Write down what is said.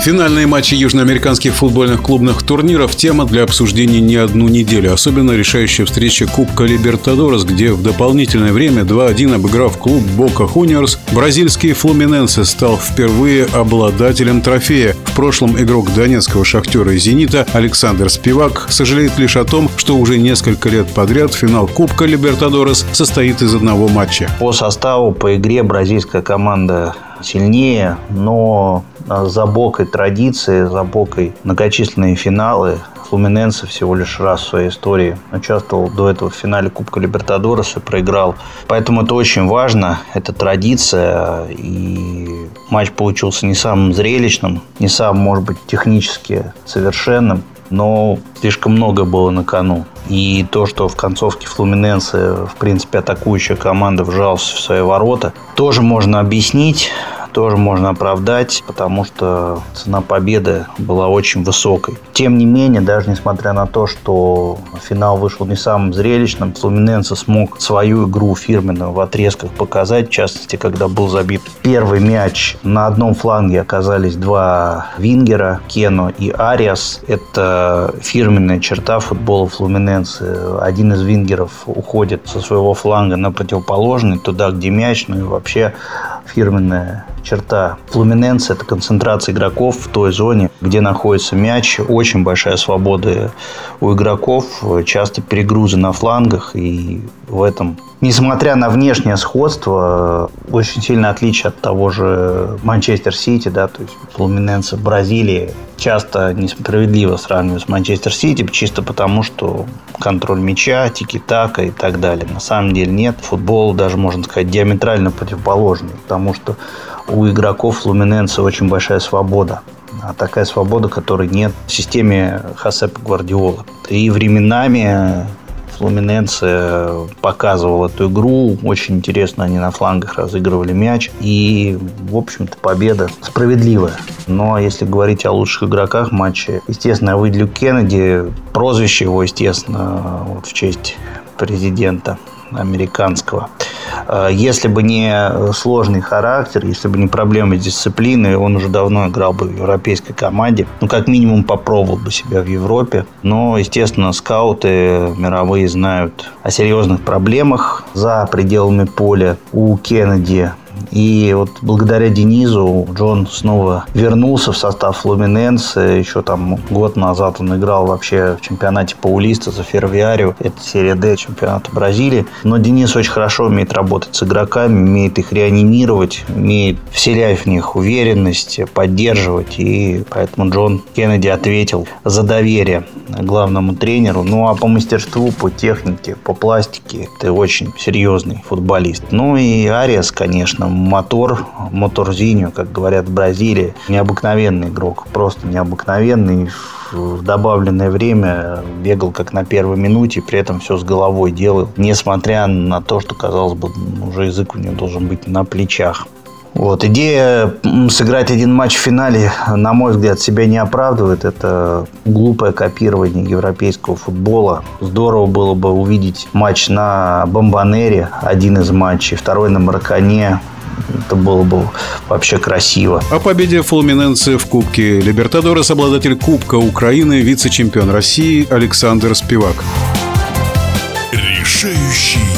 Финальные матчи южноамериканских футбольных клубных турниров – тема для обсуждения не одну неделю. Особенно решающая встреча Кубка Либертадорес, где в дополнительное время 2-1 обыграв клуб Бока Хуниорс, бразильский Флуминенсе стал впервые обладателем трофея. В прошлом игрок донецкого «Шахтера» и «Зенита» Александр Спивак сожалеет лишь о том, что уже несколько лет подряд финал Кубка Либертадорес состоит из одного матча. По составу, по игре бразильская команда сильнее, но за Бокой традиции, за Бокой многочисленные финалы. Флуминенсе всего лишь раз в своей истории участвовал до этого в финале Кубка Либертадорес и проиграл. Поэтому это очень важно, это традиция. И матч получился не самым зрелищным, не самым, может быть, технически совершенным, но слишком много было на кону. И то, что в концовке Флуминенсе, в принципе, атакующая команда вжалась в свои ворота, тоже можно объяснить, тоже можно оправдать, потому что цена победы была очень высокой. Тем не менее, даже несмотря на то, что финал вышел не самым зрелищным, Флуминенсе смог свою игру фирменную в отрезках показать. В частности, когда был забит первый мяч, на одном фланге оказались два вингера, Кено и Ариас. Это фирменная черта футбола Флуминенсе. Один из вингеров уходит со своего фланга на противоположный, туда, где мяч, ну и вообще фирменная черта Флуминенсе – это концентрация игроков в той зоне, где находится мяч. Очень большая свобода у игроков, часто перегрузы на флангах. И в этом, несмотря на внешнее сходство, очень сильное отличие от того же Манчестер Сити. Да, то есть Флуминенсе в Бразилии часто несправедливо сравнивают с Манчестер Сити, чисто потому, что контроль мяча, тики-така и так далее. На самом деле нет. Футбол даже, можно сказать, диаметрально противоположный, потому что у игроков Флуминенсе очень большая свобода. А такая свобода, которой нет в системе Хосепа Гвардиолы. И временами Флуминенсе показывал эту игру. Очень интересно, они на флангах разыгрывали мяч. И, в общем-то, победа справедливая. Но если говорить о лучших игроках матча, естественно, я выделю Кеннеди. Прозвище его, естественно, вот в честь президента американского. Если бы не сложный характер, если бы не проблемы с дисциплиной, он уже давно играл бы в европейской команде. Ну, как минимум, попробовал бы себя в Европе. Но, естественно, скауты мировые знают о серьезных проблемах за пределами поля у Кеннеди. И вот благодаря Денизу Джон снова вернулся в состав Флуминенсе. Еще там год назад он играл вообще в чемпионате Паулиста за Фервиарио. Это серия D чемпионата Бразилии. Но Денис очень хорошо умеет работать с игроками, умеет их реанимировать, умеет вселять в них уверенность, поддерживать. И поэтому Джон Кеннеди ответил за доверие главному тренеру. Ну а по мастерству, по технике, по пластике это очень серьезный футболист. Ну и Ариас, конечно, моторзиньо, как говорят в Бразилии. Необыкновенный игрок, просто необыкновенный. В добавленное время бегал как на первой минуте, при этом все с головой делал, несмотря на то, что, казалось бы, уже язык у него должен быть на плечах. Вот. Идея сыграть один матч в финале, на мой взгляд, себя не оправдывает. Это глупое копирование европейского футбола. Здорово было бы увидеть матч на Бомбонере, один из матчей, второй на Маракане. Это было бы вообще красиво. О победе Флуминенсе в Кубке Либертадорес обладатель Кубка Украины, вице-чемпион России Александр Спивак. Решающий